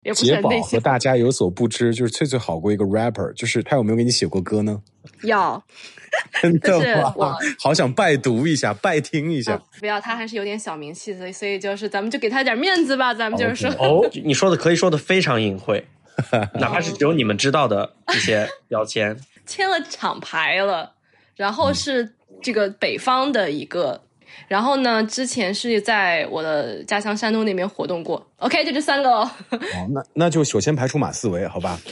也不是杰很内向。 宝和大家有所不知，就是翠翠好过一个 rapper， 就是他有没有给你写过歌呢？ 要， 真的吗？ 我好想拜读一下，拜听一下。 不要，他还是有点小名气的，所以就是咱们就给他点面子吧，咱们就是说。 哦，你说的可以说的非常隐晦，哪怕是只有你们知道的一些标签。 签了厂牌了，然后是这个北方的一个。然后呢，之前是在我的家乡山东那边活动过。OK， 就这3个哦。 那就首先排除马思唯，好吧？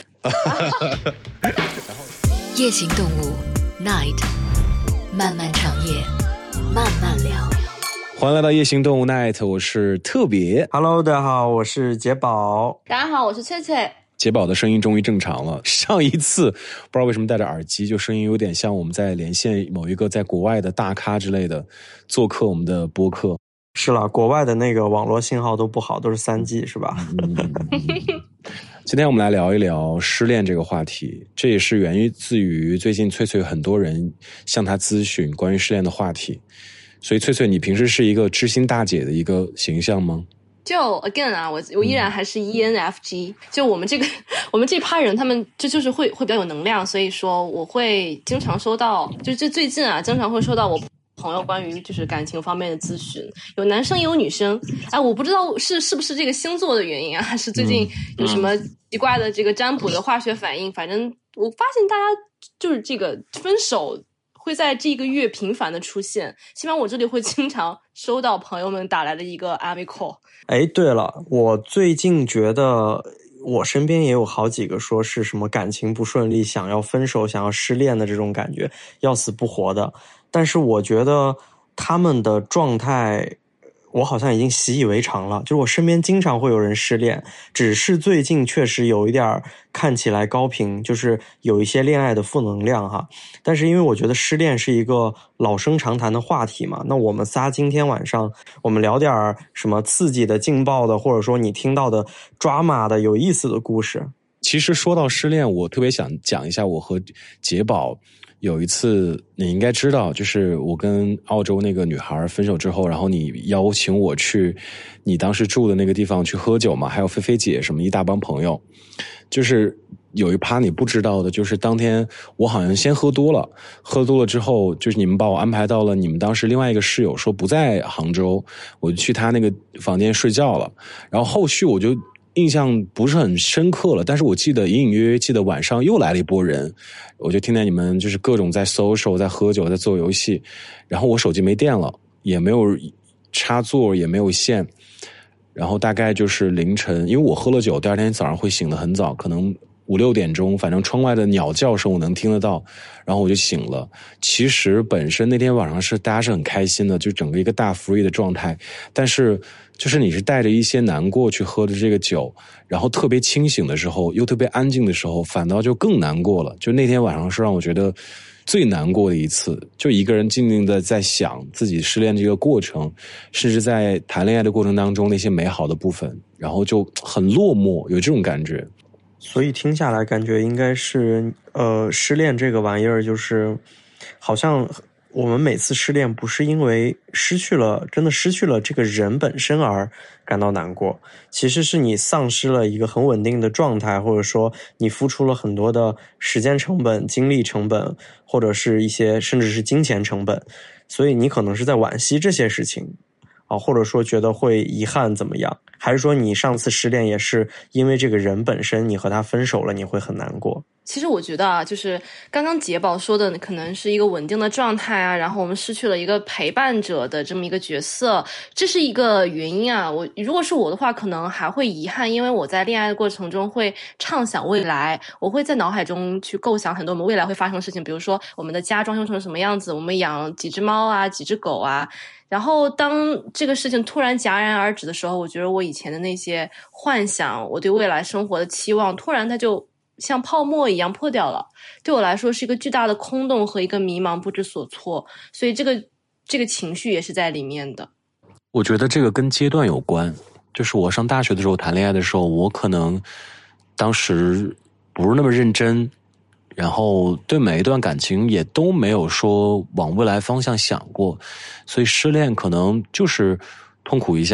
夜行动物 Night， 漫漫长夜，慢慢聊。 欢迎来到夜行动物 Night， 我是特别。 Hello， 大家好，我是杰宝。 大家好，我是翠翠。 杰宝的声音终于正常了。上一次不知道为什么戴着耳机，就声音有点像我们在连线某一个在国外的大咖之类的做客我们的播客。 是了，国外的那个网络信号都不好，都是3G 是吧？ 今天我们来聊一聊失恋这个话题，这也是源自于最近翠翠很多人向她咨询关于失恋的话题。所以翠翠，你平时是一个知心大姐的一个形象吗？ 就 again 啊，我依然还是 ENFG，就我们这趴人，他们就是会比较有能量，所以说我会经常收到，就这最近啊，经常会收到我朋友关于就是感情方面的咨询，有男生也有女生。哎，我不知道是不是这个星座的原因啊，还是最近有什么奇怪的这个占卜的化学反应，反正我发现大家就是这个分手会在这个月频繁的出现，起码我这里会经常收到朋友们打来的一个安慰 call。 哎，对了，我最近觉得我身边也有好几个说是什么感情不顺利，想要分手，想要失恋的这种感觉，要死不活的。但是我觉得他们的状态我好像已经习以为常了，就是我身边经常会有人失恋，只是最近确实有一点看起来高频，就是有一些恋爱的负能量哈。但是因为我觉得失恋是一个老生常谈的话题嘛，那我们仨今天晚上我们聊点什么刺激的、劲爆的，或者说你听到的drama的有意思的故事。 其实说到失恋，我特别想讲一下我和杰宝有一次，你应该知道，就是我跟澳洲那个女孩分手之后，然后你邀请我去你当时住的那个地方去喝酒嘛，还有菲菲姐什么一大帮朋友。就是有一趴你不知道的，就是当天我好像先喝多了之后，就是你们把我安排到了你们当时另外一个室友说不在杭州，我就去他那个房间睡觉了。然后后续我就印象不是很深刻了，但是我记得隐隐约约记得晚上又来了一波人，我就听见你们就是各种在 social， 在喝酒，在做游戏，然后我手机没电了，也没有插座，也没有线，然后大概就是凌晨，因为我喝了酒，第二天早上会醒得很早，可能5、6点钟，反正窗外的鸟叫声我能听得到，然后我就醒了。其实本身那天晚上大家是很开心的，就整个一个大 free 的状态，但是就是你是带着一些难过去喝的这个酒，然后特别清醒的时候又特别安静的时候，反倒就更难过了。就那天晚上是让我觉得最难过的一次，就一个人静静的在想自己失恋这个过程，甚至在谈恋爱的过程当中那些美好的部分，然后就很落寞，有这种感觉。 所以听下来感觉应该是失恋这个玩意儿，就是好像我们每次失恋不是因为真的失去了这个人本身而感到难过，其实是你丧失了一个很稳定的状态，或者说你付出了很多的时间成本、精力成本，或者是一些甚至是金钱成本，所以你可能是在惋惜这些事情啊，或者说觉得会遗憾怎么样，还是说你上次失恋也是因为这个人本身你和他分手了，你会很难过？ 其实我觉得啊，就是刚刚杰宝说的，可能是一个稳定的状态啊，然后我们失去了一个陪伴者的这么一个角色，这是一个原因啊。如果是我的话，可能还会遗憾，因为我在恋爱的过程中会畅想未来，我会在脑海中去构想很多我们未来会发生的事情，比如说我们的家装修成什么样子，我们养几只猫啊，几只狗啊。然后当这个事情突然戛然而止的时候，我觉得我以前的那些幻想，我对未来生活的期望，突然它就像泡沫一样破掉了，对我来说是一个巨大的空洞和一个迷茫不知所措，所以这个情绪也是在里面的。 我觉得这个跟阶段有关，就是我上大学的时候谈恋爱的时候，我可能当时不是那么认真，然后对每一段感情也都没有说往未来方向想过，所以失恋可能就是痛苦一下，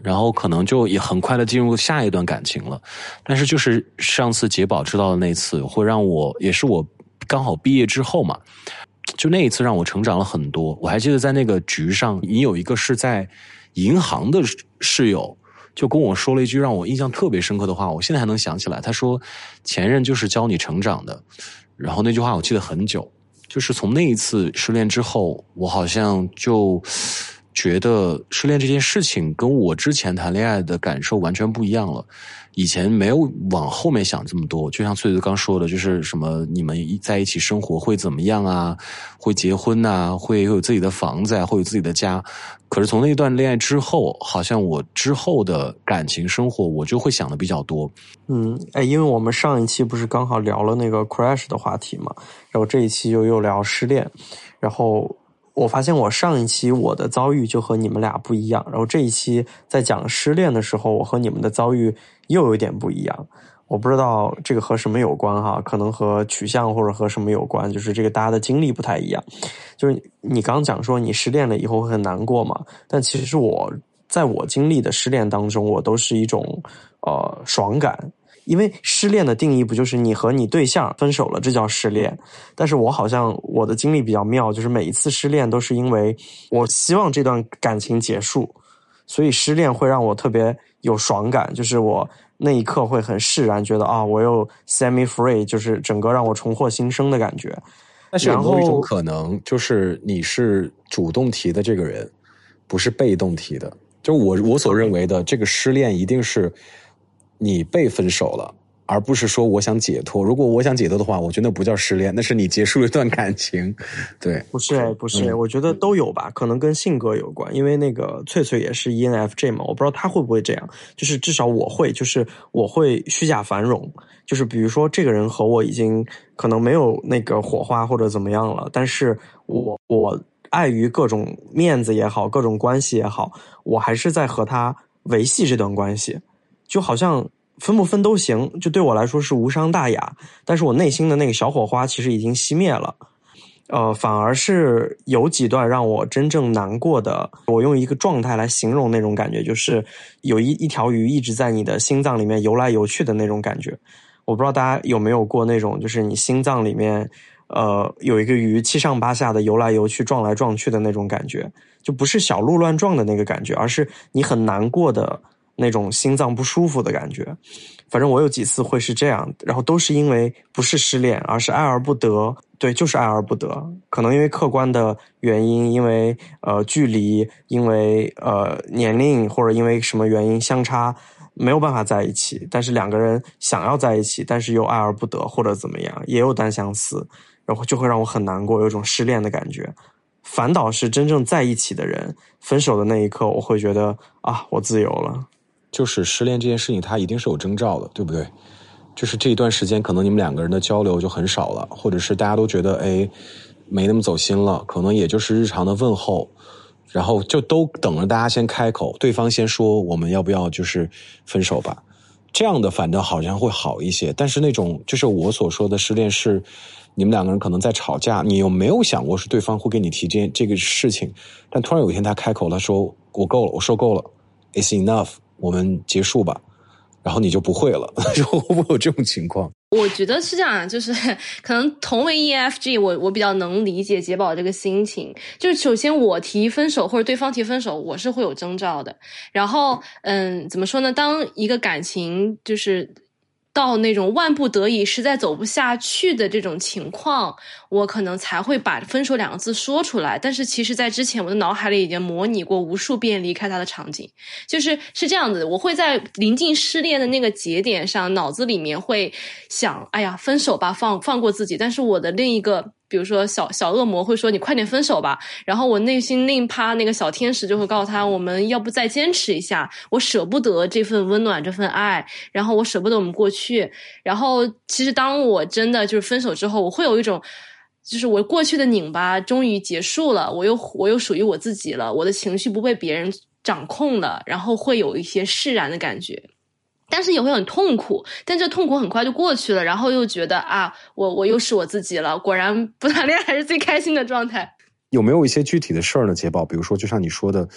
然后可能就也很快的进入下一段感情了。但是就是上次杰宝知道的那次，会让我也是我刚好毕业之后嘛，就那一次让我成长了很多。我还记得在那个局上，你有一个是在银行的室友就跟我说了一句让我印象特别深刻的话，我现在还能想起来。他说前任就是教你成长的，然后那句话我记得很久。就是从那一次失恋之后，我好像就觉得失恋这件事情跟我之前谈恋爱的感受完全不一样了。以前没有往后面想这么多，就像翠翠刚说的，就是什么你们在一起生活会怎么样啊，会结婚啊，会有自己的房子啊，会有自己的家。可是从那段恋爱之后，好像我之后的感情生活我就会想的比较多。 因为我们上一期不是刚好聊了那个 crash 的话题嘛，然后这一期又聊失恋，然后我发现我上一期我的遭遇就和你们俩不一样，然后这一期在讲失恋的时候，我和你们的遭遇又有点不一样。我不知道这个和什么有关哈，可能和取向或者和什么有关，就是这个大家的经历不太一样。就是你刚讲说你失恋了以后会很难过嘛，但其实在我经历的失恋当中，我都是一种爽感。因为失恋的定义不就是你和你对象分手了，这叫失恋。但是我好像我的经历比较妙，就是每一次失恋都是因为我希望这段感情结束，所以失恋会让我特别有爽感，就是我那一刻会很释然，觉得我又 set me free， 就是整个让我重获新生的感觉。 但是有没有一种可能，就是你是主动提的这个人，不是被动提的？就我所认为的这个失恋一定是你被分手了，而不是说我想解脱。如果我想解脱的话，我觉得那不叫失恋，那是你结束了一段感情。对， 不是，我觉得都有吧，可能跟性格有关。因为那个翠翠也是 ENFJ 嘛，我不知道她会不会这样，就是至少我会，就是我会虚假繁荣。就是比如说这个人和我已经可能没有那个火花或者怎么样了，但是我碍于各种面子也好，各种关系也好，我还是在和他维系这段关系，就好像分不分都行，就对我来说是无伤大雅。但是我内心的那个小火花其实已经熄灭了。反而是有几段让我真正难过的，我用一个状态来形容那种感觉，就是有一条鱼一直在你的心脏里面游来游去的那种感觉。我不知道大家有没有过那种，就是你心脏里面有一个鱼七上八下的游来游去，撞来撞去的那种感觉，就不是小鹿乱撞的那个感觉，而是你很难过的那种心脏不舒服的感觉。反正我有几次会是这样，然后都是因为不是失恋，而是爱而不得。对，就是爱而不得，可能因为客观的原因，因为距离，因为年龄，或者因为什么原因相差没有办法在一起，但是两个人想要在一起，但是又爱而不得，或者怎么样，也有单相思，然后就会让我很难过，有一种失恋的感觉。反倒是真正在一起的人，分手的那一刻，我会觉得我自由了。 就是失恋这件事情它一定是有征兆的，对不对？就是这一段时间可能你们两个人的交流就很少了，或者是大家都觉得没那么走心了，可能也就是日常的问候，然后就都等着大家先开口，对方先说我们要不要就是分手吧，这样的反正好像会好一些。但是那种就是我所说的失恋是你们两个人可能在吵架，你有没有想过是对方会给你提这个事情，但突然有一天他开口，他说我够了，我受够了， It's enough， 我们结束吧，然后你就不会了。会不会有这种情况？ 我觉得是这样，就是可能同为 ENFJ， 我比较能理解杰宝这个心情。就是首先我提分手或者对方提分手，我是会有征兆的。然后怎么说呢？当一个感情就是到那种万不得已实在走不下去的这种情况，我可能才会把分手两个字说出来。但是其实在之前我的脑海里已经模拟过无数遍离开他的场景，是这样子，我会在临近失恋的那个节点上，脑子里面会想哎呀分手吧，放过自己。但是我的另一个比如说小恶魔会说你快点分手吧，然后我内心另一趴那个小天使就会告诉他我们要不再坚持一下，我舍不得这份温暖这份爱，然后我舍不得我们过去。然后其实当我真的就是分手之后，我会有一种就是我过去的拧巴终于结束了，我又属于我自己了，我的情绪不被别人掌控了，然后会有一些释然的感觉。但是也会很痛苦，但这痛苦很快就过去了，然后又觉得我又是我自己了，果然不谈恋爱还是最开心的状态。 有没有一些具体的事儿呢，杰宝？比如说就像你说的，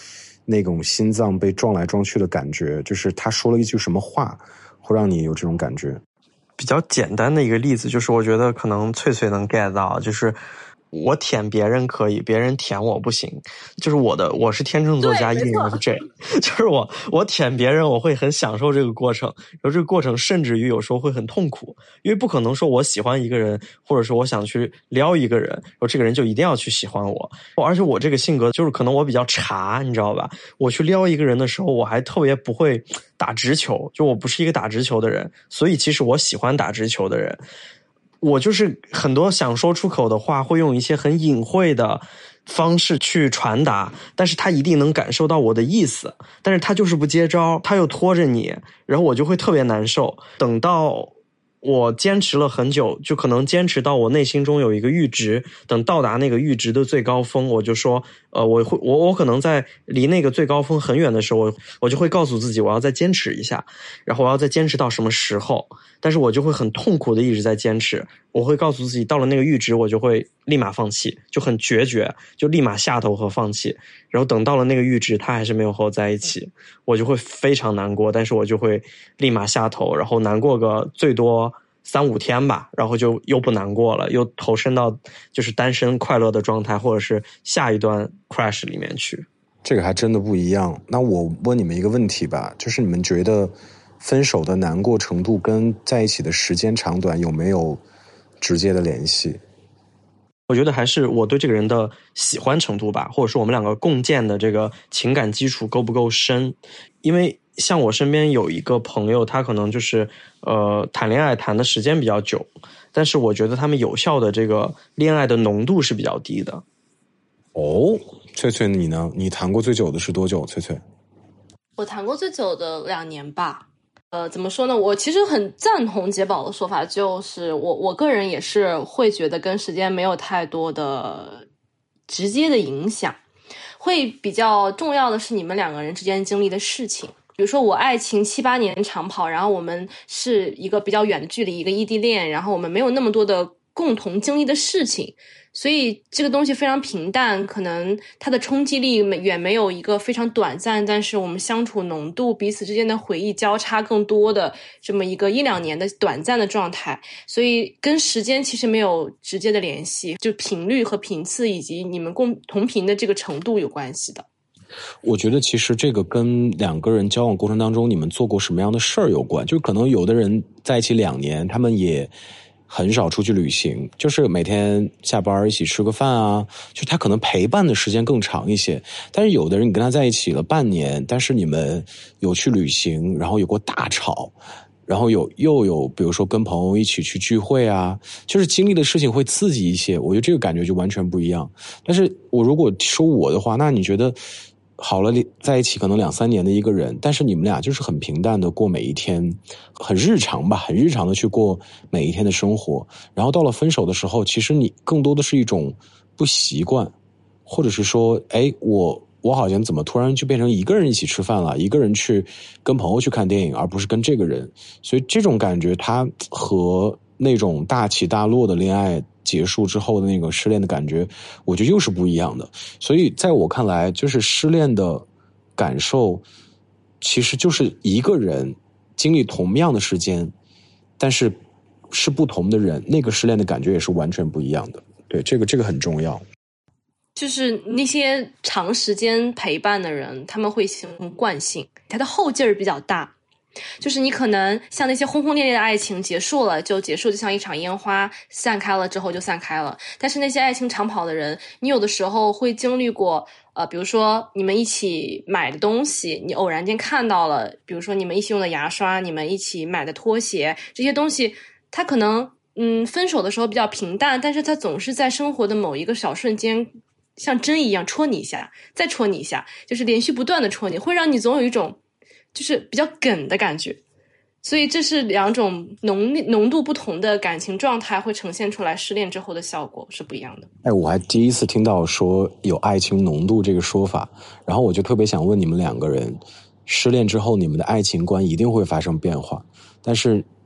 那种心脏被撞来撞去的感觉，就是他说了一句什么话会让你有这种感觉？ 比较简单的一个例子就是我觉得可能翠翠能 get 到，就是我舔别人可以，别人舔我不行，就是我是天秤座加 ENFJ， 就是我舔别人我会很享受这个过程，然后这个过程甚至于有时候会很痛苦，因为不可能说我喜欢一个人，或者说我想去撩一个人，然后这个人就一定要去喜欢我，而且我这个性格就是可能我比较茶，你知道吧，我去撩一个人的时候我还特别不会打直球，就我不是一个打直球的人，所以其实我喜欢打直球的人，我就是很多想说出口的话会用一些很隐晦的方式去传达，但是他一定能感受到我的意思，但是他就是不接招，他又拖着你，然后我就会特别难受。等到我坚持了很久，就可能坚持到我内心中有一个阈值，等到达那个阈值的最高峰，我就说我可能在离那个最高峰很远的时候，我就会告诉自己我要再坚持一下，然后我要再坚持到什么时候，但是我就会很痛苦的一直在坚持，我会告诉自己到了那个阈值我就会立马放弃，就很决绝，就立马下头和放弃，然后等到了那个阈值他还是没有和我在一起，我就会非常难过，但是我就会立马下头，然后难过个最多3-5天吧，然后就又不难过了，又投身到就是单身快乐的状态，或者是下一段 crash 里面去。 这个还真的不一样。那我问你们一个问题吧，就是你们觉得分手的难过程度跟在一起的时间长短有没有直接的联系？ 我觉得还是我对这个人的喜欢程度吧，或者是我们两个共建的这个情感基础够不够深。因为像我身边有一个朋友，他可能就是谈恋爱谈的时间比较久，但是我觉得他们有效的这个恋爱的浓度是比较低的。 哦，翠翠你呢？你谈过最久的是多久？翠翠？ 我谈过最久的2年吧。怎么说呢？我其实很赞同杰宝的说法，就是我个人也是会觉得跟时间没有太多的直接的影响，会比较重要的是你们两个人之间经历的事情。比如说我爱情7-8年长跑，然后我们是一个比较远的距离，一个异地恋，然后我们没有那么多的共同经历的事情，所以这个东西非常平淡，可能它的冲击力远没有一个非常短暂，但是我们相处浓度彼此之间的回忆交叉更多的这么一个1-2年的短暂的状态，所以跟时间其实没有直接的联系，就频率和频次以及你们共同频的这个程度有关系的。 我觉得其实这个跟两个人交往过程当中你们做过什么样的事儿有关，就可能有的人在一起2年，他们也很少出去旅行，就是每天下班一起吃个饭啊，就他可能陪伴的时间更长一些。但是有的人你跟他在一起了半年，但是你们有去旅行，然后有过大吵，然后又有比如说跟朋友一起去聚会啊，就是经历的事情会刺激一些，我觉得这个感觉就完全不一样。但是我如果说我的话，那你觉得好了在一起可能2-3年的一个人，但是你们俩就是很平淡的过每一天，很日常吧，很日常的去过每一天的生活，然后到了分手的时候，其实你更多的是一种不习惯，或者是说我好像怎么突然就变成一个人一起吃饭了，一个人去跟朋友去看电影，而不是跟这个人。所以这种感觉它和那种大起大落的恋爱结束之后的那个失恋的感觉，我觉得又是不一样的。所以在我看来，就是失恋的感受其实就是一个人经历同样的时间，但是是不同的人，那个失恋的感觉也是完全不一样的。对，这个很重要。 就是那些长时间陪伴的人，他们会形成惯性，他的后劲儿比较大。就是你可能像那些轰轰烈烈的爱情结束了就结束，就像一场烟花散开了之后就散开了。但是那些爱情长跑的人，你有的时候会经历过比如说你们一起买的东西，你偶然间看到了，比如说你们一起用的牙刷，你们一起买的拖鞋，这些东西它可能分手的时候比较平淡，但是它总是在生活的某一个小瞬间像针一样戳你一下再戳你一下，就是连续不断的戳你，会让你总有一种就是比较梗的感觉。所以这是2种浓度不同的感情状态会呈现出来，失恋之后的效果是不一样的。 我还第一次听到说有爱情浓度这个说法，然后我就特别想问你们2个人，失恋之后你们的爱情观一定会发生变化，但是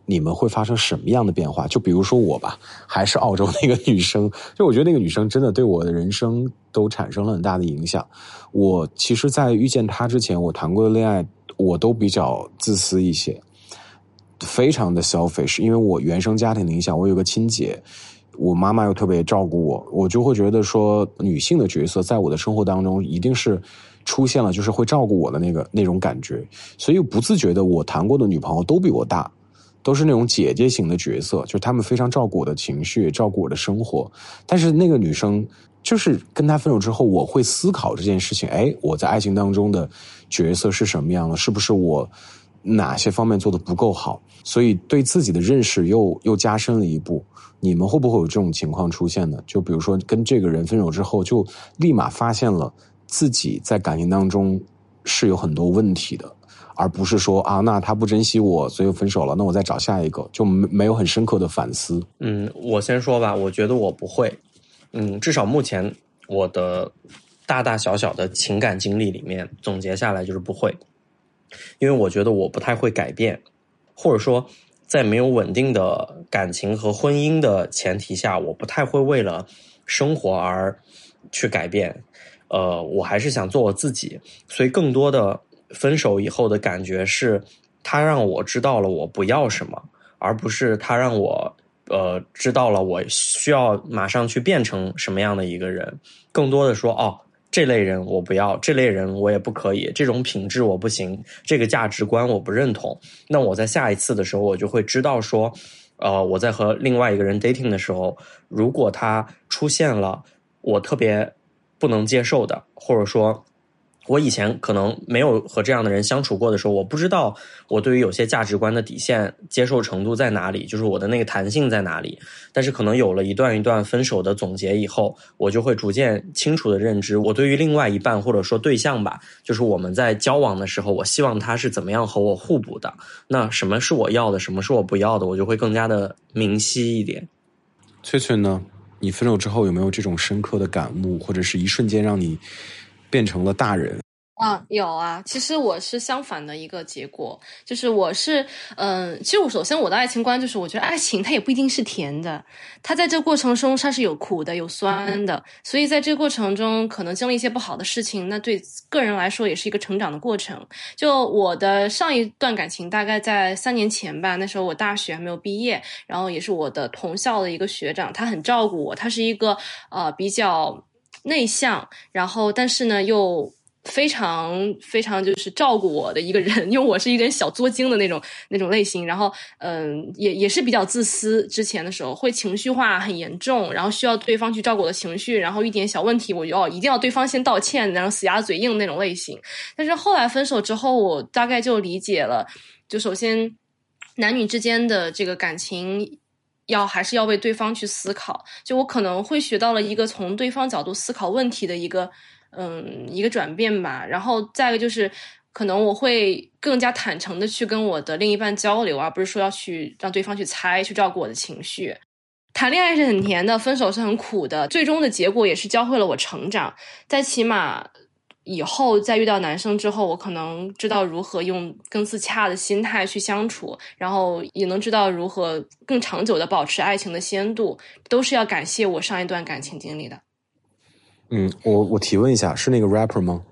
你们会发生什么样的变化？就比如说我吧，还是澳洲那个女生，就我觉得那个女生真的对我的人生都产生了很大的影响。我其实在遇见她之前，我谈过的恋爱我都比较自私一些，非常的 selfish， 因为我原生家庭的影响，我有个亲姐，我妈妈又特别照顾我，我就会觉得说女性的角色在我的生活当中一定是出现了，就是会照顾我的那种感觉，所以不自觉的我谈过的女朋友都比我大，都是那种姐姐型的角色，就是她们非常照顾我的情绪，照顾我的生活。但是那个女生就是跟她分手之后，我会思考这件事情，我在爱情当中的角色是什么样的，是不是我哪些方面做得不够好，所以对自己的认识又加深了一步。你们会不会有这种情况出现呢？就比如说跟这个人分手之后，就立马发现了自己在感情当中是有很多问题的，而不是说那他不珍惜我，所以分手了，那我再找下一个，就没有很深刻的反思。 我先说吧，我觉得我不会。至少目前我的大大小小的情感经历里面总结下来就是不会，因为我觉得我不太会改变，或者说在没有稳定的感情和婚姻的前提下，我不太会为了生活而去改变。我还是想做我自己，所以更多的分手以后的感觉是他让我知道了我不要什么，而不是他让我知道了我需要马上去变成什么样的一个人。更多的说这类人我不要，这类人我也不可以，这种品质我不行，这个价值观我不认同。那我在下一次的时候，我就会知道说我在和另外一个人 dating 的时候，如果他出现了我特别不能接受的，或者说我以前可能没有和这样的人相处过的时候，我不知道我对于有些价值观的底线接受程度在哪里，就是我的那个弹性在哪里。但是可能有了一段一段分手的总结以后，我就会逐渐清楚的认知，我对于另外一半或者说对象吧，就是我们在交往的时候，我希望他是怎么样和我互补的，那什么是我要的，什么是我不要的，我就会更加的明晰一点。 翠翠呢，你分手之后有没有这种深刻的感悟，或者是一瞬间让你变成了大人？ 有啊，其实我是相反的一个结果，就是我是其实我首先我的爱情观就是我觉得爱情它也不一定是甜的，它在这个过程中它是有苦的有酸的，所以在这个过程中可能经历一些不好的事情，那对个人来说也是一个成长的过程。就我的上一段感情大概在3年前吧，那时候我大学还没有毕业，然后也是我的同校的一个学长，他很照顾我，他是一个比较内向，然后但是呢又非常非常就是照顾我的一个人，因为我是一点小作精的那种类型，然后也是比较自私，之前的时候会情绪化很严重，然后需要对方去照顾我的情绪，然后一点小问题我就一定要对方先道歉，然后死鸭嘴硬那种类型。但是后来分手之后，我大概就理解了，就首先男女之间的这个感情还是要为对方去思考，就我可能会学到了一个从对方角度思考问题的一个转变吧。然后再一个就是可能我会更加坦诚的去跟我的另一半交流，而不是说要去让对方去猜去照顾我的情绪。谈恋爱是很甜的，分手是很苦的，最终的结果也是教会了我成长。在起码以后再遇到男生之后，我可能知道如何用更自洽的心态去相处，然后也能知道如何更长久的保持爱情的鲜度，都是要感谢我上一段感情经历的。 我提问一下，是那个 rapper 吗？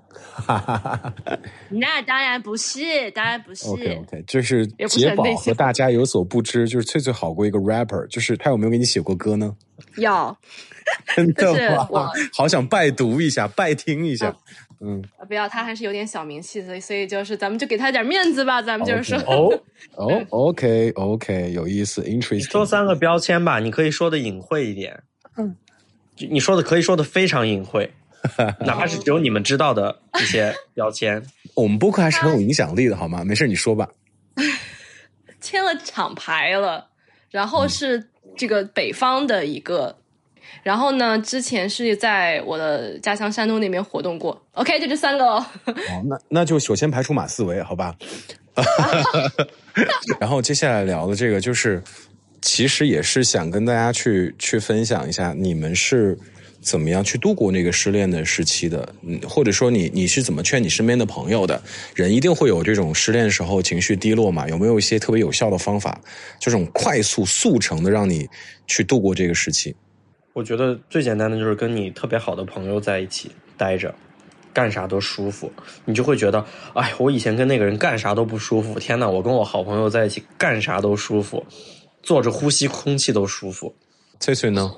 那当然不是，当然不是。 OK， 就是杰宝和大家有所不知，就是翠翠好过一个 rapper， 就是他有没有给你写过歌呢？ 有， 真的吗？好想拜读一下，拜听一下。 不要，他还是有点小名气的，所以就是咱们就给他点面子吧，咱们就是说。 OK， 有意思 ，interesting。你说3个标签吧，你可以说的隐晦一点。你说的可以说的非常隐晦。哪怕是只有你们知道的一些标签。 我们播客还是很有影响力的好吗？没事你说吧。 签了厂牌了，然后是这个北方的一个，然后呢之前是在我的家乡山东那边活动过。 OK， 就这3个哦。 那就首先排除马思唯好吧。然后接下来聊的这个就是其实也是想跟大家去分享一下，你们是怎么样去度过那个失恋的时期的？或者说你是怎么劝你身边的朋友的？人一定会有这种失恋的时候情绪低落嘛，有没有一些特别有效的方法，这种快速速成的让你去度过这个时期？ 我觉得最简单的就是跟你特别好的朋友在一起待着，干啥都舒服，你就会觉得，哎，我以前跟那个人干啥都不舒服，天哪，我跟我好朋友在一起干啥都舒服，坐着呼吸空气都舒服。 翠翠呢？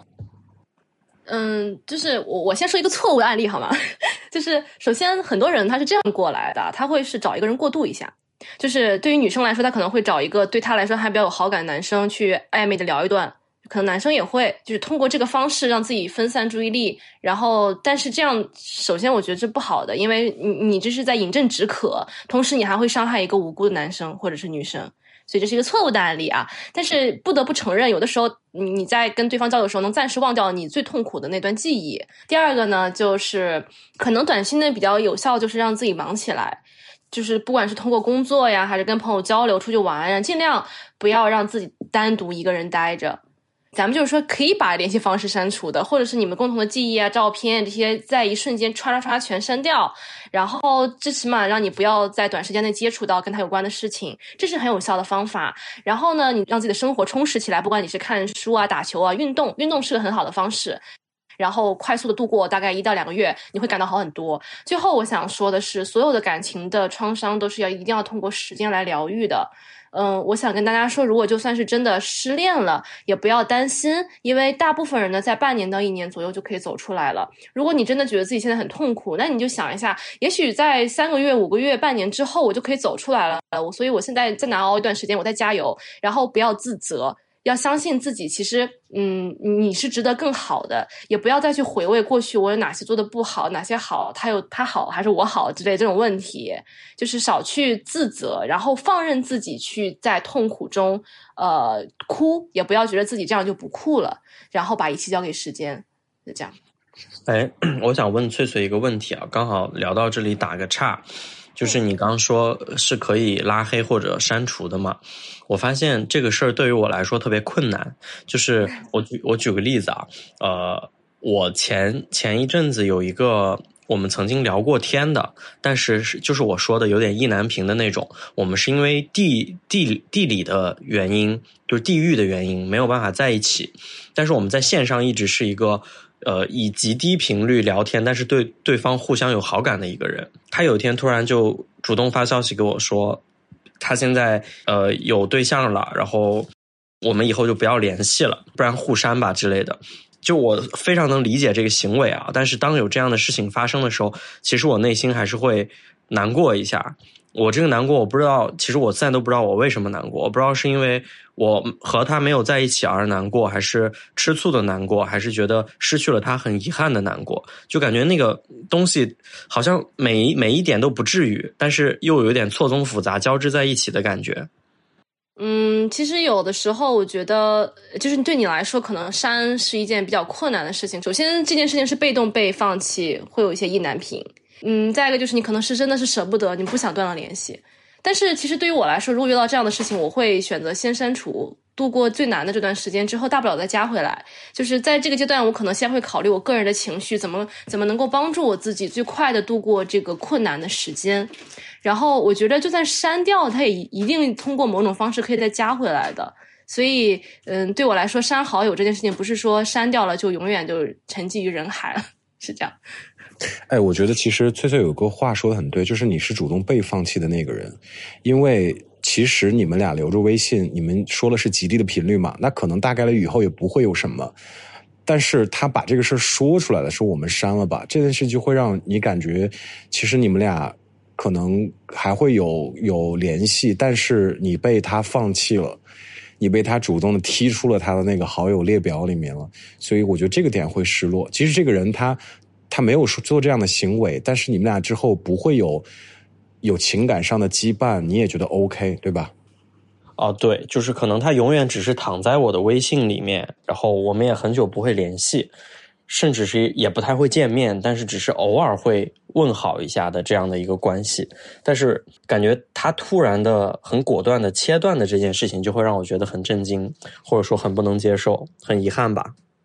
就是我先说一个错误的案例好吗？就是首先很多人他是这样过来的，他会是找一个人过渡一下。就是对于女生来说，她可能会找一个对她来说还比较有好感的男生去暧昧的聊一段，可能男生也会就是通过这个方式让自己分散注意力，然后但是这样首先我觉得这不好的，因为你这是在饮鸩止渴，同时你还会伤害一个无辜的男生或者是女生，所以这是一个错误的案例啊。但是不得不承认，有的时候你在跟对方交流的时候能暂时忘掉你最痛苦的那段记忆。第二个呢，就是可能短期内比较有效，就是让自己忙起来，就是不管是通过工作呀还是跟朋友交流出去玩呀，尽量不要让自己单独一个人待着。咱们就是说可以把联系方式删除的，或者是你们共同的记忆啊、照片这些在一瞬间刷全删掉，然后最起码让你不要在短时间内接触到跟他有关的事情，这是很有效的方法。然后呢，你让自己的生活充实起来，不管你是看书啊、打球啊、运动是个很好的方式，然后快速的度过大概1到2个月，你会感到好很多。最后我想说的是，所有的感情的创伤都是一定要通过时间来疗愈的。我想跟大家说，如果就算是真的失恋了，也不要担心，因为大部分人呢，在半年到1年左右就可以走出来了。如果你真的觉得自己现在很痛苦，那你就想一下，也许在3个月、5个月、半年之后，我就可以走出来了。所以我现在再难熬一段时间，我再加油，然后不要自责。要相信自己，其实你是值得更好的，也不要再去回味过去我有哪些做的不好，哪些好，他好还是我好之类这种问题，就是少去自责，然后放任自己去在痛苦中哭，也不要觉得自己这样就不酷了，然后把一切交给时间，就这样。 我想问翠翠一个问题啊，刚好聊到这里打个岔，就是你刚说是可以拉黑或者删除的嘛？我发现这个事儿对于我来说特别困难。就是我举个例子啊，我前一阵子有一个我们曾经聊过天的，但是就是我说的有点意难平的那种。我们是因为地理的原因，就是地域的原因，没有办法在一起。但是我们在线上一直是一个以极低频率聊天，但是对方互相有好感的一个人。他有一天突然就主动发消息给我说，他现在有对象了，然后我们以后就不要联系了，不然互删吧之类的。就我非常能理解这个行为啊，但是当有这样的事情发生的时候，其实我内心还是会难过一下。我这个难过我不知道，其实我现在都不知道我为什么难过。我不知道是因为我和他没有在一起而难过，还是吃醋的难过，还是觉得失去了他很遗憾的难过。就感觉那个东西好像每一点都不至于，但是又有点错综复杂交织在一起的感觉。 其实有的时候我觉得就是对你来说可能删是一件比较困难的事情。首先这件事情是被动被放弃，会有一些意难平。再一个就是你可能是真的是舍不得，你不想断了联系。但是其实对于我来说，如果遇到这样的事情，我会选择先删除，度过最难的这段时间之后，大不了再加回来。就是在这个阶段，我可能先会考虑我个人的情绪，怎么能够帮助我自己最快的度过这个困难的时间。然后我觉得就算删掉，它也一定通过某种方式可以再加回来的。所以对我来说，删好友这件事情不是说删掉了就永远就沉寂于人海了，是这样。 我觉得其实翠翠有个话说得很对，就是你是主动被放弃的那个人。因为其实你们俩留着微信，你们说的是极低的频率嘛，那可能大概率以后也不会有什么。但是他把这个事说出来了，说我们删了吧，这件事就会让你感觉其实你们俩可能还会有联系，但是你被他放弃了，你被他主动的踢出了他的那个好友列表里面了。所以我觉得这个点会失落。其实这个人他没有做这样的行为，但是你们俩之后不会有情感上的羁绊，你也觉得 OK 对吧？ 对，就是可能他永远只是躺在我的微信里面，然后我们也很久不会联系，甚至是也不太会见面，但是只是偶尔会问好一下的这样的一个关系。但是感觉他突然的很果断的切断的这件事情，就会让我觉得很震惊，或者说很不能接受，很遗憾吧。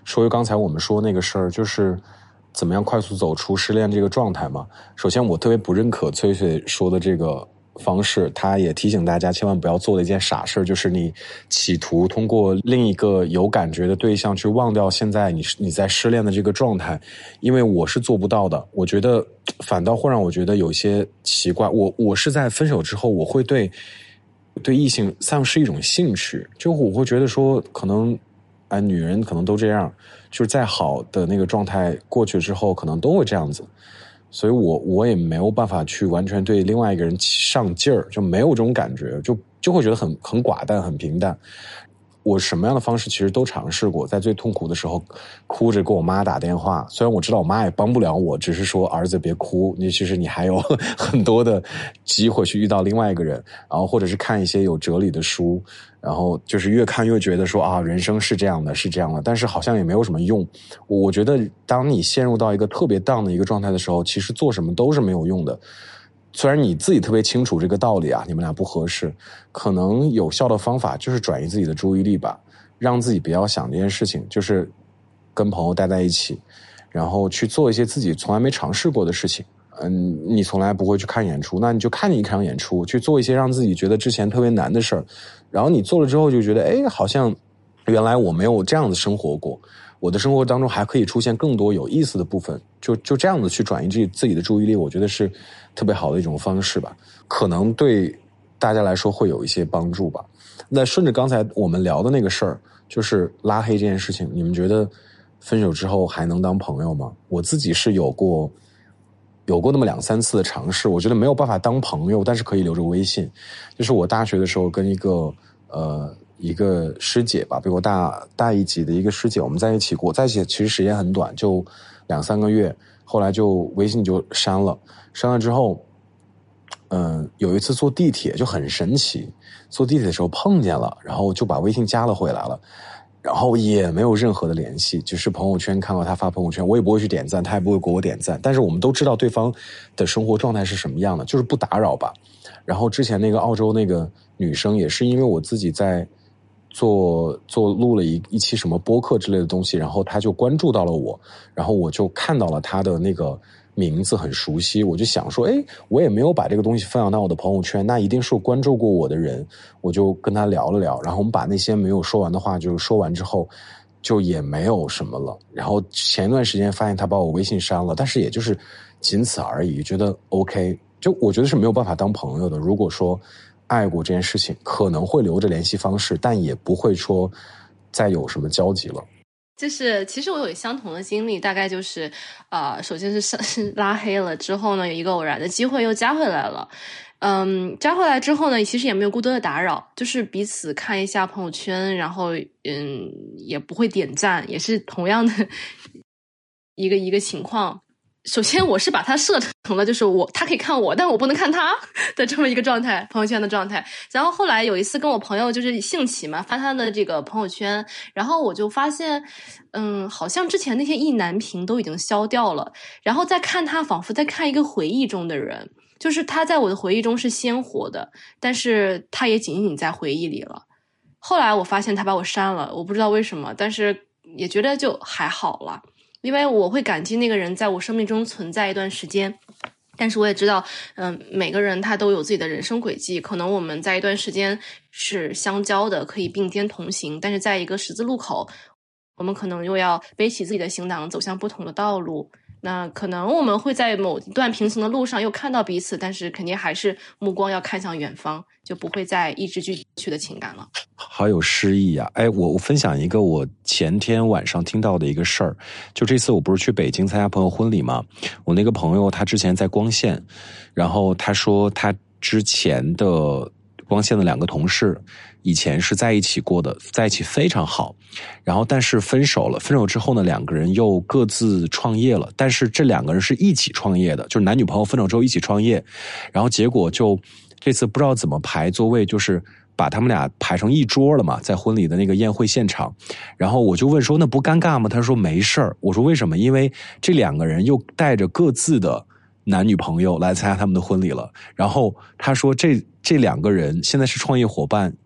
说回刚才我们说那个事儿，就是怎么样快速走出失恋这个状态嘛。首先我特别不认可翠翠说的这个方式，他也提醒大家千万不要做的一件傻事，就是你企图通过另一个有感觉的对象去忘掉现在你在失恋的这个状态，因为我是做不到的。我觉得反倒会让我觉得有些奇怪。我是在分手之后，我会对异性丧失一种兴趣，就我会觉得说可能女人可能都这样，就是再好的那个状态过去之后可能都会这样子。所以我也没有办法去完全对另外一个人上劲儿，就没有这种感觉，就会觉得很寡淡，很平淡。我什么样的方式其实都尝试过，在最痛苦的时候哭着给我妈打电话，虽然我知道我妈也帮不了我，只是说儿子别哭，其实你还有很多的机会去遇到另外一个人，然后或者是看一些有哲理的书，然后就是越看越觉得说啊，人生是这样的，是这样的，但是好像也没有什么用。我觉得当你陷入到一个特别 down 的一个状态的时候，其实做什么都是没有用的。虽然你自己特别清楚这个道理啊，你们俩不合适，可能有效的方法就是转移自己的注意力吧，让自己不要想这件事情，就是跟朋友待在一起，然后去做一些自己从来没尝试过的事情。你从来不会去看演出，那你就看一场演出，去做一些让自己觉得之前特别难的事儿，然后你做了之后就觉得好像原来我没有这样子生活过，我的生活当中还可以出现更多有意思的部分，就这样子去转移自己的注意力，我觉得是特别好的一种方式吧，可能对大家来说会有一些帮助吧。那顺着刚才我们聊的那个事儿，就是拉黑这件事情，你们觉得分手之后还能当朋友吗？我自己是有过那么2-3次的尝试，我觉得没有办法当朋友，但是可以留着微信。就是我大学的时候跟一个师姐吧，比我大一级的一个师姐，我们在一起过，在一起其实时间很短，就2-3个月，后来就微信就删了之后，有一次坐地铁就很神奇，坐地铁的时候碰见了，然后就把微信加了回来了，然后也没有任何的联系，只是朋友圈看到他发朋友圈，我也不会去点赞，他也不会给我点赞，但是我们都知道对方的生活状态是什么样的，就是不打扰吧。然后之前那个澳洲那个女生也是因为我自己在录了一期什么播客之类的东西，然后她就关注到了我，然后我就看到了她的那个名字很熟悉，我就想说我也没有把这个东西分享到我的朋友圈，那一定是关注过我的人，我就跟他聊了聊，然后我们把那些没有说完的话就说完之后就也没有什么了。然后前一段时间发现他把我微信删了，但是也就是仅此而已，觉得 OK， 就我觉得是没有办法当朋友的。如果说爱过这件事情，可能会留着联系方式，但也不会说再有什么交集了。 就是其实我有相同的经历，大概就是首先是拉黑了之后呢，有一个偶然的机会又加回来了。加回来之后呢，其实也没有过多的打扰，就是彼此看一下朋友圈，然后也不会点赞，也是同样的一个情况。首先我是把它设成了就是他可以看我，但我不能看他的这么一个状态，朋友圈的状态。然后后来有一次跟我朋友就是兴起嘛，翻他的这个朋友圈，然后我就发现好像之前那些意难平都已经消掉了，然后再看他仿佛在看一个回忆中的人，就是他在我的回忆中是鲜活的，但是他也仅仅在回忆里了。后来我发现他把我删了，我不知道为什么，但是也觉得就还好了，因为我会感激那个人在我生命中存在一段时间，但是我也知道每个人他都有自己的人生轨迹，可能我们在一段时间是相交的，可以并肩同行，但是在一个十字路口，我们可能又要背起自己的行囊走向不同的道路。那可能我们会在某一段平行的路上又看到彼此，但是肯定还是目光要看向远方，就不会再一直聚去的情感了。 好有诗意啊！我分享一个我前天晚上听到的一个事儿，就这次我不是去北京参加朋友婚礼吗？我那个朋友他之前在光线，然后他说他之前的光线的2个同事以前是在一起过的，在一起非常好，然后但是分手了，分手之后呢2个人又各自创业了，但是这2个人是一起创业的，就是男女朋友分手之后一起创业，然后结果就这次不知道怎么排座位，就是把他们俩排成一桌了嘛，在婚礼的那个宴会现场。然后我就问说那不尴尬吗？他说没事儿。我说为什么？因为这2个人又带着各自的男女朋友来参加他们的婚礼了。然后他说这2个人现在是创业伙伴，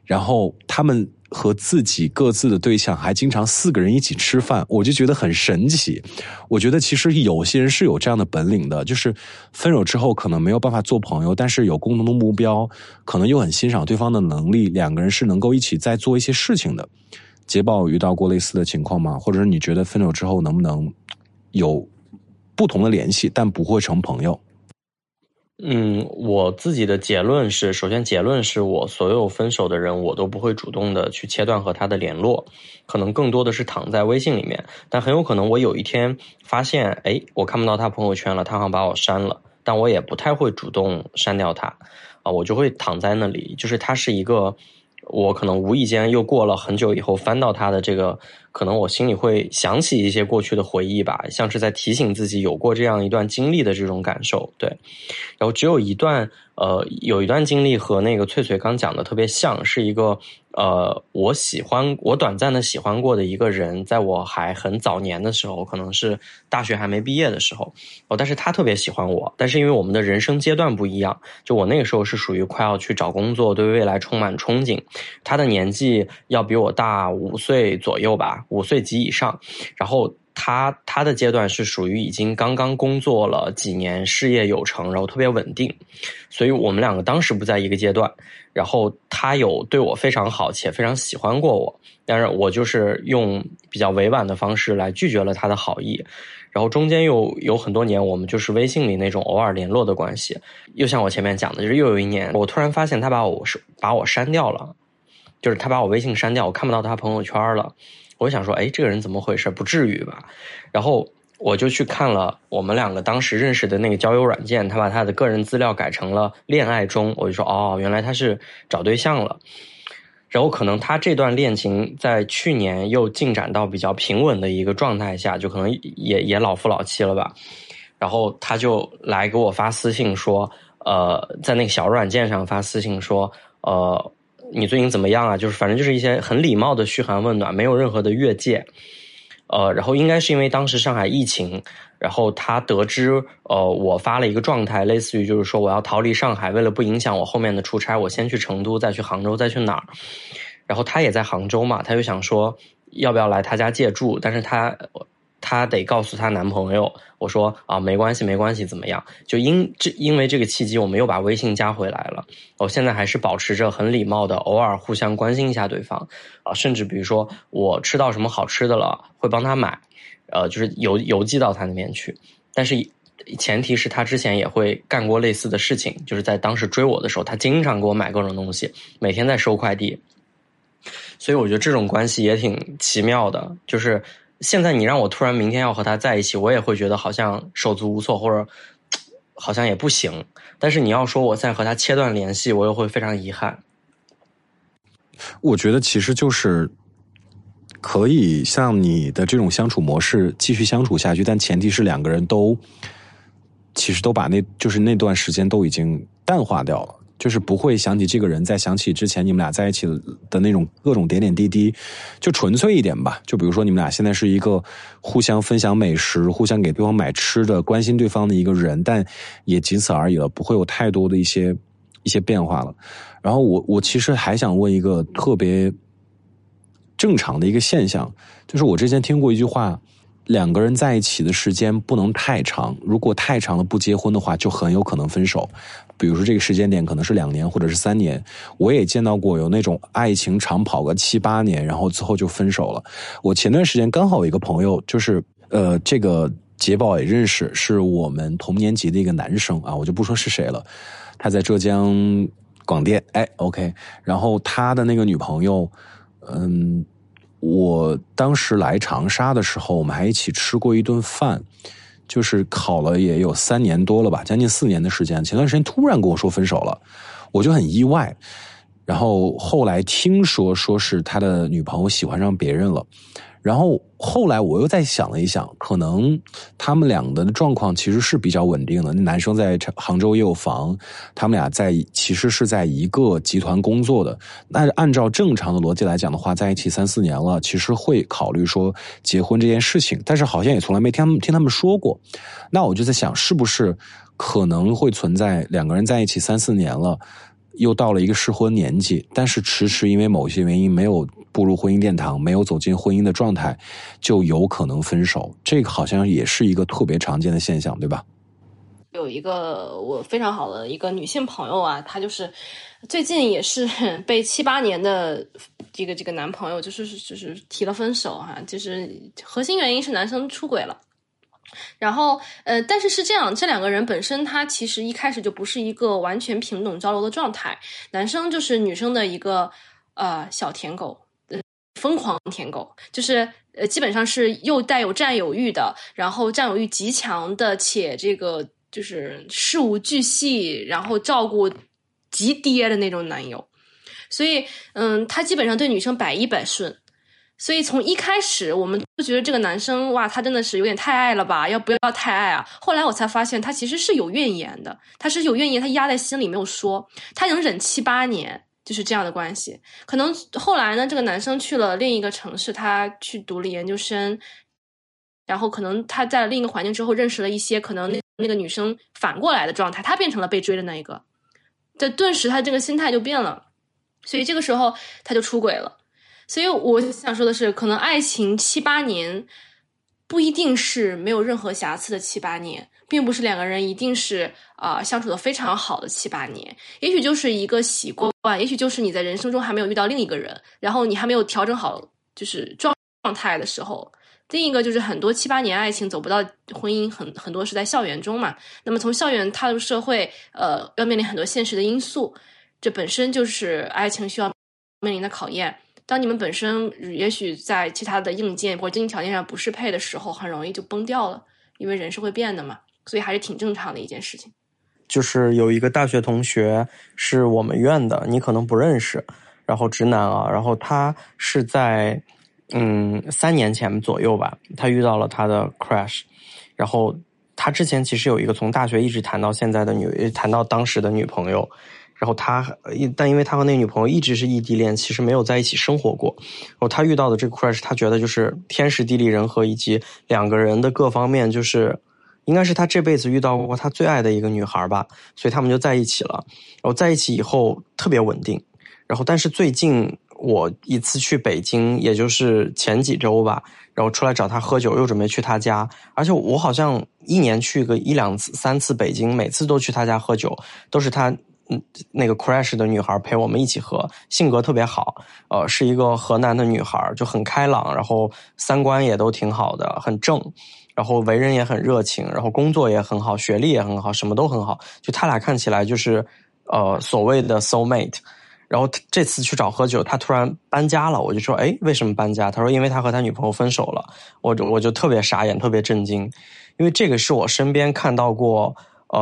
然后他们和自己各自的对象还经常4个人一起吃饭，我就觉得很神奇。我觉得其实有些人是有这样的本领的，就是分手之后可能没有办法做朋友，但是有共同的目标，可能又很欣赏对方的能力，两个人是能够一起再做一些事情的。捷宝遇到过类似的情况吗？或者是你觉得分手之后能不能有不同的联系，但不会成朋友？ 我自己的结论是，首先结论是我所有分手的人，我都不会主动的去切断和他的联络，可能更多的是躺在微信里面，但很有可能我有一天发现，我看不到他朋友圈了，他好像把我删了，但我也不太会主动删掉他，我就会躺在那里，就是他是一个我可能无意间又过了很久以后翻到他的这个，可能我心里会想起一些过去的回忆吧，像是在提醒自己有过这样一段经历的这种感受，对。然后只有有一段经历和那个翠翠刚讲的特别像，是一个我短暂的喜欢过的一个人，在我还很早年的时候，可能是大学还没毕业的时候，但是他特别喜欢我，但是因为我们的人生阶段不一样，就我那个时候是属于快要去找工作，对未来充满憧憬，他的年纪要比我大5岁左右吧，5岁及以上，然后他的阶段是属于已经刚刚工作了几年，事业有成，然后特别稳定，所以我们两个当时不在一个阶段，然后他有对我非常好且非常喜欢过我，但是我就是用比较委婉的方式来拒绝了他的好意，然后中间又有很多年我们就是微信里那种偶尔联络的关系，又像我前面讲的，就是又有一年我突然发现他把我删掉了，就是他把我微信删掉，我看不到他朋友圈了，我想说这个人怎么回事，不至于吧，然后我就去看了我们两个当时认识的那个交友软件，他把他的个人资料改成了恋爱中，我就说原来他是找对象了，然后可能他这段恋情在去年又进展到比较平稳的一个状态下，就可能也老夫老妻了吧，然后他就来给我发私信说在那个小软件上发私信说你最近怎么样啊，就是反正就是一些很礼貌的嘘寒问暖，没有任何的越界，然后应该是因为当时上海疫情，然后他得知我发了一个状态，类似于就是说我要逃离上海，为了不影响我后面的出差，我先去成都，再去杭州，再去哪儿，然后他也在杭州嘛，他就想说要不要来他家借住，但是他得告诉她男朋友，我说没关系怎么样，就因为这个契机我们又把微信加回来了，我现在还是保持着很礼貌的偶尔互相关心一下对方，甚至比如说我吃到什么好吃的了会帮他买，就是邮寄到他那边去，但是前提是他之前也会干过类似的事情，就是在当时追我的时候他经常给我买各种东西，每天在收快递，所以我觉得这种关系也挺奇妙的，就是现在你让我突然明天要和他在一起，我也会觉得好像手足无措，或者好像也不行，但是你要说我再和他切断联系，我又会非常遗憾。 我觉得其实就是可以像你的这种相处模式继续相处下去，但前提是两个人都其实都把就是那段时间都已经淡化掉了，就是不会想起这个人，再想起之前你们俩在一起的那种各种点点滴滴，就纯粹一点吧。就比如说你们俩现在是一个互相分享美食，互相给对方买吃的，关心对方的一个人，但也仅此而已了，不会有太多的一些变化了。然后我其实还想问一个特别正常的一个现象，就是我之前听过一句话，两个人在一起的时间不能太长，如果太长了不结婚的话，就很有可能分手。比如说这个时间点可能是2年或者是3年，我也见到过有那种爱情长跑个7、8年，然后之后就分手了。我前段时间刚好有一个朋友，就是这个捷宝也认识，是我们同年级的一个男生啊，我就不说是谁了，他在浙江广电，OK， 然后他的那个女朋友，我当时来长沙的时候，我们还一起吃过一顿饭，就是考了也有3年多了吧，将近4年的时间。前段时间突然跟我说分手了，我就很意外。然后后来听说是他的女朋友喜欢上别人了，然后后来我又再想了一想，可能他们俩的状况其实是比较稳定的。那男生在杭州也有房，他们俩其实是在一个集团工作的。那按照正常的逻辑来讲的话，在一起3、4年了，其实会考虑说结婚这件事情，但是好像也从来没听他们说过。那我就在想，是不是可能会存在两个人在一起3、4年了， 又到了一个适婚年纪，但是迟迟因为某些原因没有步入婚姻殿堂，没有走进婚姻的状态，就有可能分手。这个好像也是一个特别常见的现象，对吧？ 有一个我非常好的一个女性朋友啊，她就是最近也是被7、8年的这个男朋友就是提了分手哈，就是核心原因是男生出轨了。然后但是这样，这两个人本身他其实一开始就不是一个完全平等交流的状态，男生就是女生的一个小舔狗，疯狂舔狗，就是基本上是又带有占有欲的，然后占有欲极强的，且这个就是事无巨细，然后照顾极爹的那种男友。所以他基本上对女生100%顺。所以从一开始我们就觉得这个男生哇，他真的是有点太爱了吧，要不要太爱啊？后来我才发现他其实是有怨言的，他是有怨言，他压在心里没有说，他能忍7、8年就是这样的关系。可能后来呢，这个男生去了另一个城市，他去读了研究生，然后可能他在另一个环境之后认识了一些可能那个女生反过来的状态，他变成了被追的那一个，这顿时他这个心态就变了，所以这个时候他就出轨了。所以我想说的是，可能爱情7、8年不一定是没有任何瑕疵的7、8年，并不是两个人一定是相处的非常好的7、8年，也许就是一个习惯，也许就是你在人生中还没有遇到另一个人，然后你还没有调整好就是状态的时候。另一个就是很多7、8年爱情走不到婚姻，很多是在校园中嘛。那么从校园踏入社会，要面临很多现实的因素，这本身就是爱情需要面临的考验。当你们本身也许在其他的硬件或者经济条件上不适配的时候，很容易就崩掉了，因为人是会变的嘛，所以还是挺正常的一件事情。 就是有一个大学同学是我们院的，你可能不认识，然后直男啊，然后他是在3年前左右吧，他遇到了他的 crush， 然后他之前其实有一个从大学一直谈到现在的谈到当时的女朋友。然后但因为他和那女朋友一直是异地恋，其实没有在一起生活过。然后他遇到的这个 crush， 他觉得就是天时地利人和，以及两个人的各方面，就是应该是他这辈子遇到过他最爱的一个女孩吧，所以他们就在一起了。然后在一起以后特别稳定。然后但是最近我一次去北京，也就是前几周吧，然后出来找他喝酒，又准备去他家，而且我好像1年去个1、2次、3次北京，每次都去他家喝酒，都是他那个 crush 的女孩陪我们一起喝，性格特别好，是一个河南的女孩，就很开朗，然后三观也都挺好的，很正，然后为人也很热情，然后工作也很好，学历也很好，什么都很好，就他俩看起来就是所谓的 soul mate。然后这次去找喝酒，他突然搬家了，我就说，哎，为什么搬家？他说，因为他和他女朋友分手了。我就特别傻眼，特别震惊，因为这个是我身边看到过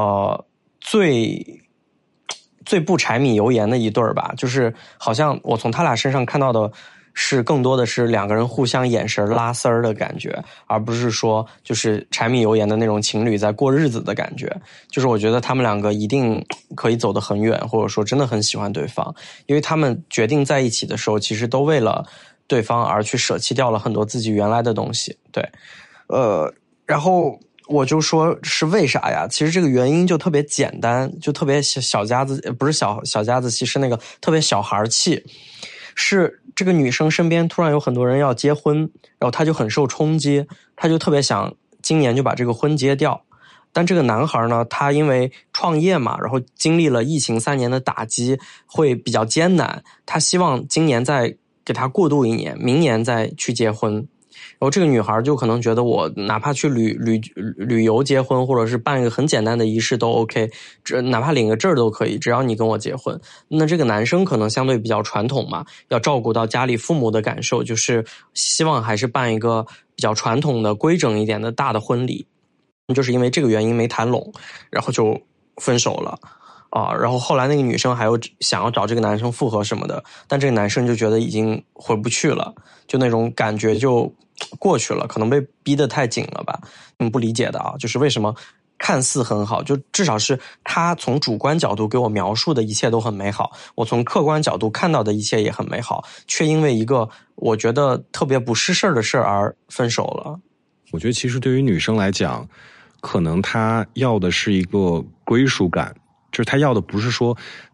最不柴米油盐的一对儿吧，就是好像我从他俩身上看到的是更多的是两个人互相眼神拉丝儿的感觉，而不是说就是柴米油盐的那种情侣在过日子的感觉。就是我觉得他们两个一定可以走得很远，或者说真的很喜欢对方，因为他们决定在一起的时候，其实都为了对方而去舍弃掉了很多自己原来的东西。对，然后我就说是为啥呀？其实这个原因就特别简单，就特别小家子，不是小家子气，是那个特别小孩气。是这个女生身边突然有很多人要结婚，然后她就很受冲击，她就特别想今年就把这个婚结掉。但这个男孩呢，他因为创业嘛，然后经历了疫情3年的打击，会比较艰难，他希望今年再给他过渡1年，明年再去结婚。然后这个女孩就可能觉得我哪怕去旅游结婚，或者是办一个很简单的仪式都 OK， 哪怕领个证都可以，只要你跟我结婚。那这个男生可能相对比较传统嘛，要照顾到家里父母的感受，就是希望还是办一个比较传统的规整一点的大的婚礼。就是因为这个原因没谈拢，然后就分手了。然后后来那个女生还有想要找这个男生复合什么的，但这个男生就觉得已经回不去了，就那种感觉就过去了，可能被逼得太紧了吧。不理解的啊，就是为什么看似很好，就至少是他从主观角度给我描述的一切都很美好，我从客观角度看到的一切也很美好，却因为一个我觉得特别不是事儿的事儿而分手了。 我觉得其实对于女生来讲，可能她要的是一个归属感，就是她要的不是说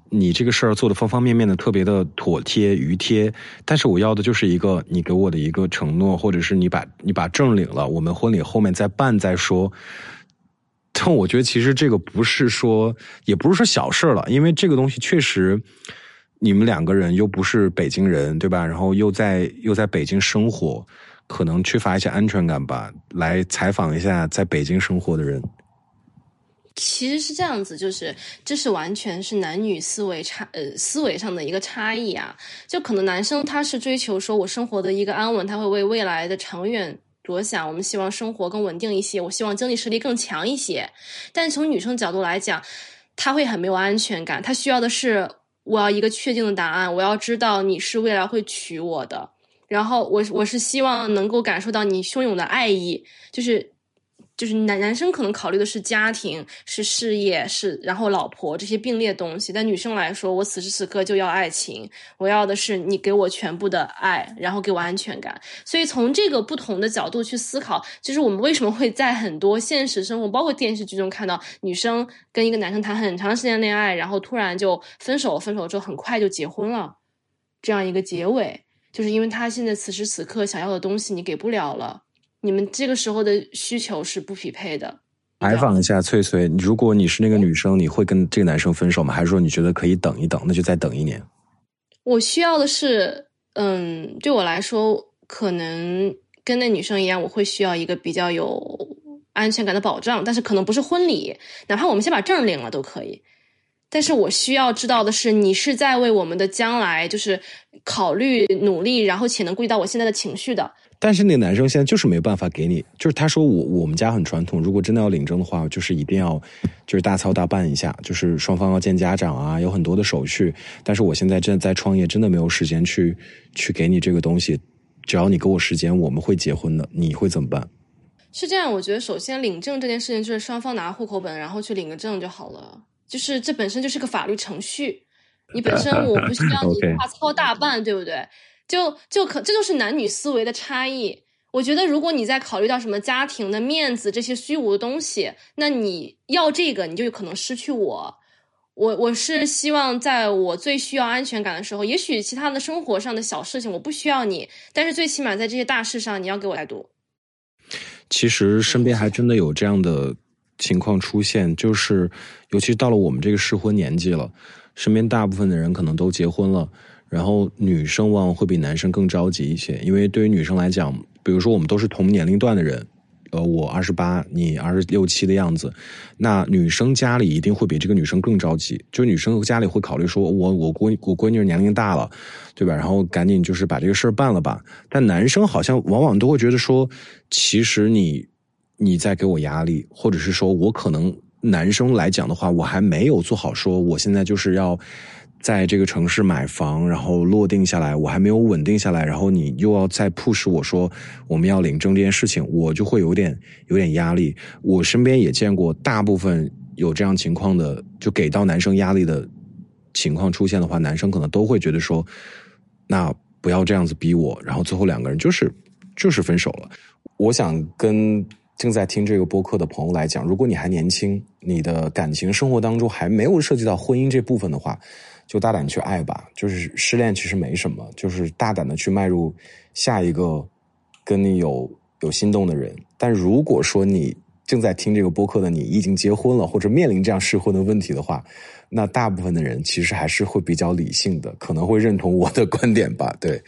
你这个事儿做的方方面面的特别的妥帖于贴，但是我要的就是一个你给我的一个承诺，或者是你把证领了，我们婚礼后面再办再说。但我觉得其实这个也不是说小事了，因为这个东西确实你们两个人又不是北京人，对吧？然后又在北京生活，可能缺乏一些安全感吧。来采访一下在北京生活的人。 其实是这样子，就是这是完全是男女思维上的一个差异啊。就可能男生他是追求说我生活的一个安稳，他会为未来的长远着想，我们希望生活更稳定一些，我希望经济实力更强一些。但从女生角度来讲，她会很没有安全感，她需要的是我要一个确定的答案，我要知道你是未来会娶我的，然后我是希望能够感受到你汹涌的爱意，就是男生可能考虑的是家庭，是事业，然后老婆这些并列东西，但女生来说，我此时此刻就要爱情，我要的是你给我全部的爱，然后给我安全感。所以从这个不同的角度去思考，就是我们为什么会在很多现实生活包括电视剧中看到女生跟一个男生谈很长时间恋爱，然后突然就分手之后很快就结婚了，这样一个结尾，就是因为他现在此时此刻想要的东西你给不了了，你们这个时候的需求是不匹配的。 采访一下翠翠，如果你是那个女生，你会跟这个男生分手吗？还是说你觉得可以等一等，那就再等1年？ 我需要的是，对我来说，可能跟那女生一样，我会需要一个比较有安全感的保障，但是可能不是婚礼，哪怕我们先把证领了都可以。但是我需要知道的是，你是在为我们的将来就是考虑努力，然后且能顾及到我现在的情绪的。 但是那个男生现在就是没有办法给你，就是他说我们家很传统，如果真的要领证的话，就是一定要就是大操大办一下，就是双方要见家长啊，有很多的手续。但是我现在正在创业，真的没有时间去给你这个东西。只要你给我时间，我们会结婚的。你会怎么办？ 是这样，我觉得首先领证这件事情就是双方拿户口本，然后去领个证就好了。就是这本身就是个法律程序，你本身我不需要你大操大办，对不对？这就是男女思维的差异。我觉得如果你在考虑到什么家庭的面子这些虚无的东西，那你要这个你就有可能失去我。我是希望在我最需要安全感的时候，也许其他的生活上的小事情我不需要你，但是最起码在这些大事上你要给我态度。 其实身边还真的有这样的情况出现，就是尤其到了我们这个适婚年纪了，身边大部分的人可能都结婚了，然后女生往往会比男生更着急一些。因为对于女生来讲，比如说我们都是同年龄段的人，我28，你26、27的样子，那女生家里一定会比这个女生更着急，就是女生家里会考虑说我闺女年龄大了，对吧？然后赶紧就是把这个事儿办了吧。但男生好像往往都会觉得说，其实你在给我压力，或者是说我可能男生来讲的话，我还没有做好说我现在就是要在这个城市买房，然后落定下来，我还没有稳定下来，然后你又要再 push 我说我们要领证这件事情，我就会有点压力。我身边也见过大部分有这样情况的，就给到男生压力的情况出现的话，男生可能都会觉得说，那不要这样子逼我，然后最后两个人就是分手了。我想跟正在听这个播客的朋友来讲，如果你还年轻，你的感情生活当中还没有涉及到婚姻这部分的话，就大胆去爱吧。就是失恋其实没什么，就是大胆的去迈入下一个跟你有心动的人。但如果说你正在听这个播客的你已经结婚了，或者面临这样适婚的问题的话，那大部分的人其实还是会比较理性的，可能会认同我的观点吧。对，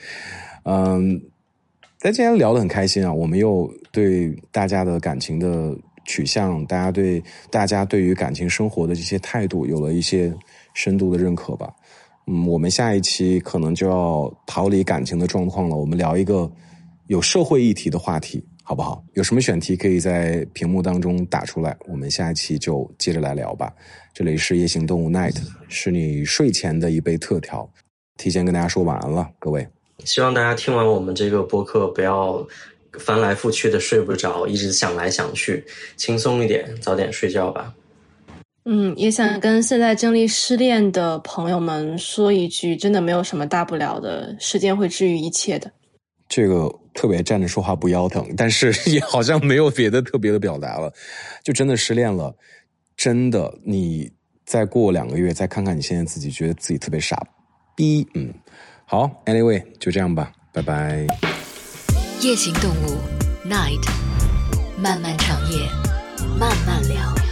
在今天聊得很开心啊，我们又对大家的感情的取向，大家对于感情生活的这些态度有了一些深度的认可吧。我们下一期可能就要逃离感情的状况了，我们聊一个有社会议题的话题，好不好？有什么选题可以在屏幕当中打出来，我们下一期就接着来聊吧。这里是夜行动物 Night， 是你睡前的一杯特调，提前跟大家说晚安了，各位。 希望大家听完我们这个播客不要翻来覆去的睡不着，一直想来想去，轻松一点，早点睡觉吧。 也想跟现在经历失恋的朋友们说一句，真的没有什么大不了的，时间会治愈一切的。 这个特别站着说话不腰疼，但是也好像没有别的特别的表达了。就真的失恋了，真的你再过2个月再看看你现在自己，觉得自己特别傻逼。好 anyway 就这样吧，拜拜。 夜行动物 Night， 漫漫长夜慢慢聊。